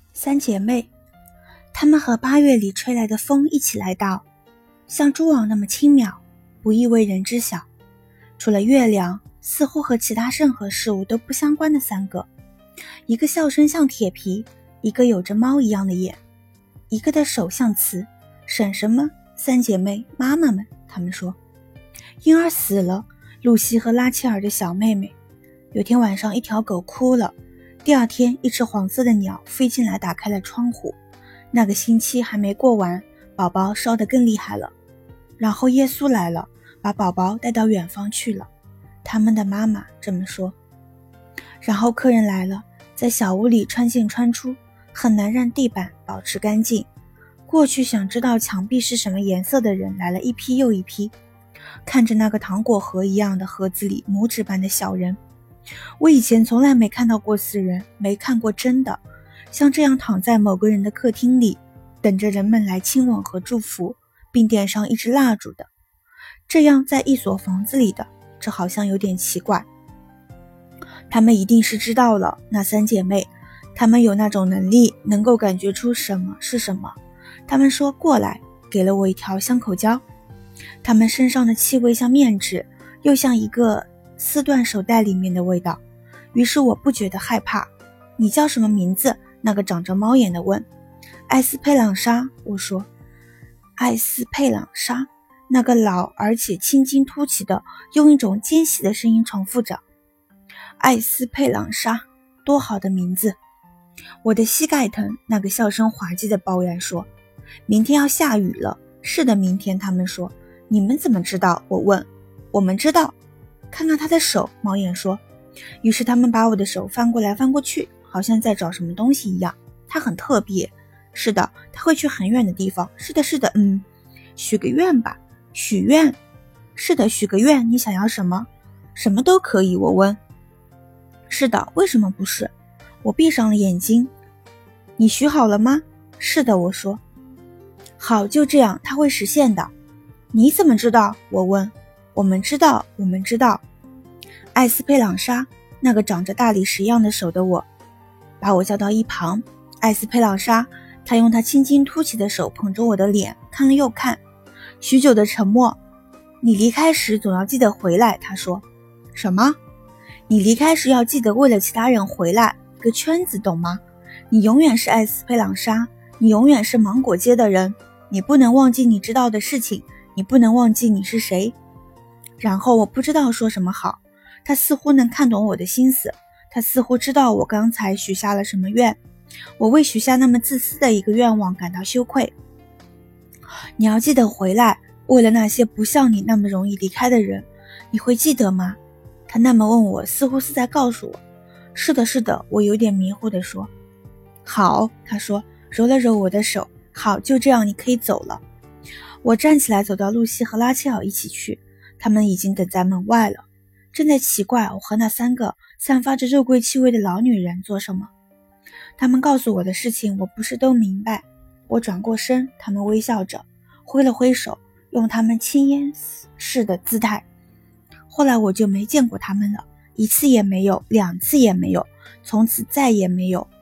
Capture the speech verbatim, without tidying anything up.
三姐妹，她们和八月里吹来的风一起来到，像蛛网那么轻渺，不易为人知晓。除了月亮，似乎和其他任何事物都不相关的三个，一个笑声像铁皮，一个有着猫一样的眼，一个的手像瓷。婶婶们、三姐妹、妈妈们，她们说婴儿死了，露西和拉切尔的小妹妹。有天晚上，一条狗哭了，第二天一只黄色的鸟飞进来打开了窗户。那个星期还没过完，宝宝烧得更厉害了。然后耶稣来了，把宝宝带到远方去了，他们的妈妈这么说。然后客人来了，在小屋里穿进穿出，很难让地板保持干净。过去想知道墙壁是什么颜色的人来了一批又一批，看着那个糖果盒一样的盒子里拇指般的小人。我以前从来没看到过死人，没看过真的像这样躺在某个人的客厅里，等着人们来亲吻和祝福，并点上一支蜡烛的。这样在一所房子里的，这好像有点奇怪。她们一定是知道了，那三姐妹，她们有那种能力，能够感觉出什么是什么。她们说过来，给了我一条香口胶。她们身上的气味像面纸，又像一个丝缎手袋里面的味道。于是我不觉得害怕。你叫什么名字？那个长着猫眼的问。艾斯佩朗莎，我说。艾斯佩朗莎，那个老而且青筋凸起的用一种尖细的声音重复着。艾斯佩朗莎，多好的名字。我的膝盖疼，那个笑声滑稽的抱怨说。明天要下雨了。是的，明天，他们说。你们怎么知道？我问。我们知道。看看他的手，猫眼说。于是他们把我的手翻过来翻过去，好像在找什么东西一样。他很特别。是的，他会去很远的地方。是的，是的，嗯，许个愿吧。许愿。是的，许个愿。你想要什么？什么都可以，我问。是的，为什么不是？我闭上了眼睛。你许好了吗？是的，我说。好，就这样，它会实现的。你怎么知道？我问。我们知道，我们知道。艾斯佩朗莎，那个长着大理石一样的手的我，把我叫到一旁。艾斯佩朗莎，他用他青筋凸起的手捧着我的脸，看了又看。许久的沉默。你离开时总要记得回来，他说。什么？你离开时要记得为了其他人回来，一个圈子，懂吗？你永远是艾斯佩朗莎，你永远是芒果街的人，你不能忘记你知道的事情，你不能忘记你是谁。然后我不知道说什么好，他似乎能看懂我的心思，他似乎知道我刚才许下了什么愿，我为许下那么自私的一个愿望感到羞愧。你要记得回来，为了那些不像你那么容易离开的人，你会记得吗？他那么问我，似乎是在告诉我。是的，是的，我有点迷糊地说。好，他说，揉了揉我的手。好，就这样，你可以走了。我站起来走到露西和拉切尔一起去，他们已经等在门外了。正在奇怪我和那三个散发着肉桂气味的老女人做什么。他们告诉我的事情我不是都明白。我转过身，他们微笑着，挥了挥手，用他们轻烟似的姿态。后来我就没见过他们了，一次也没有，两次也没有，从此再也没有。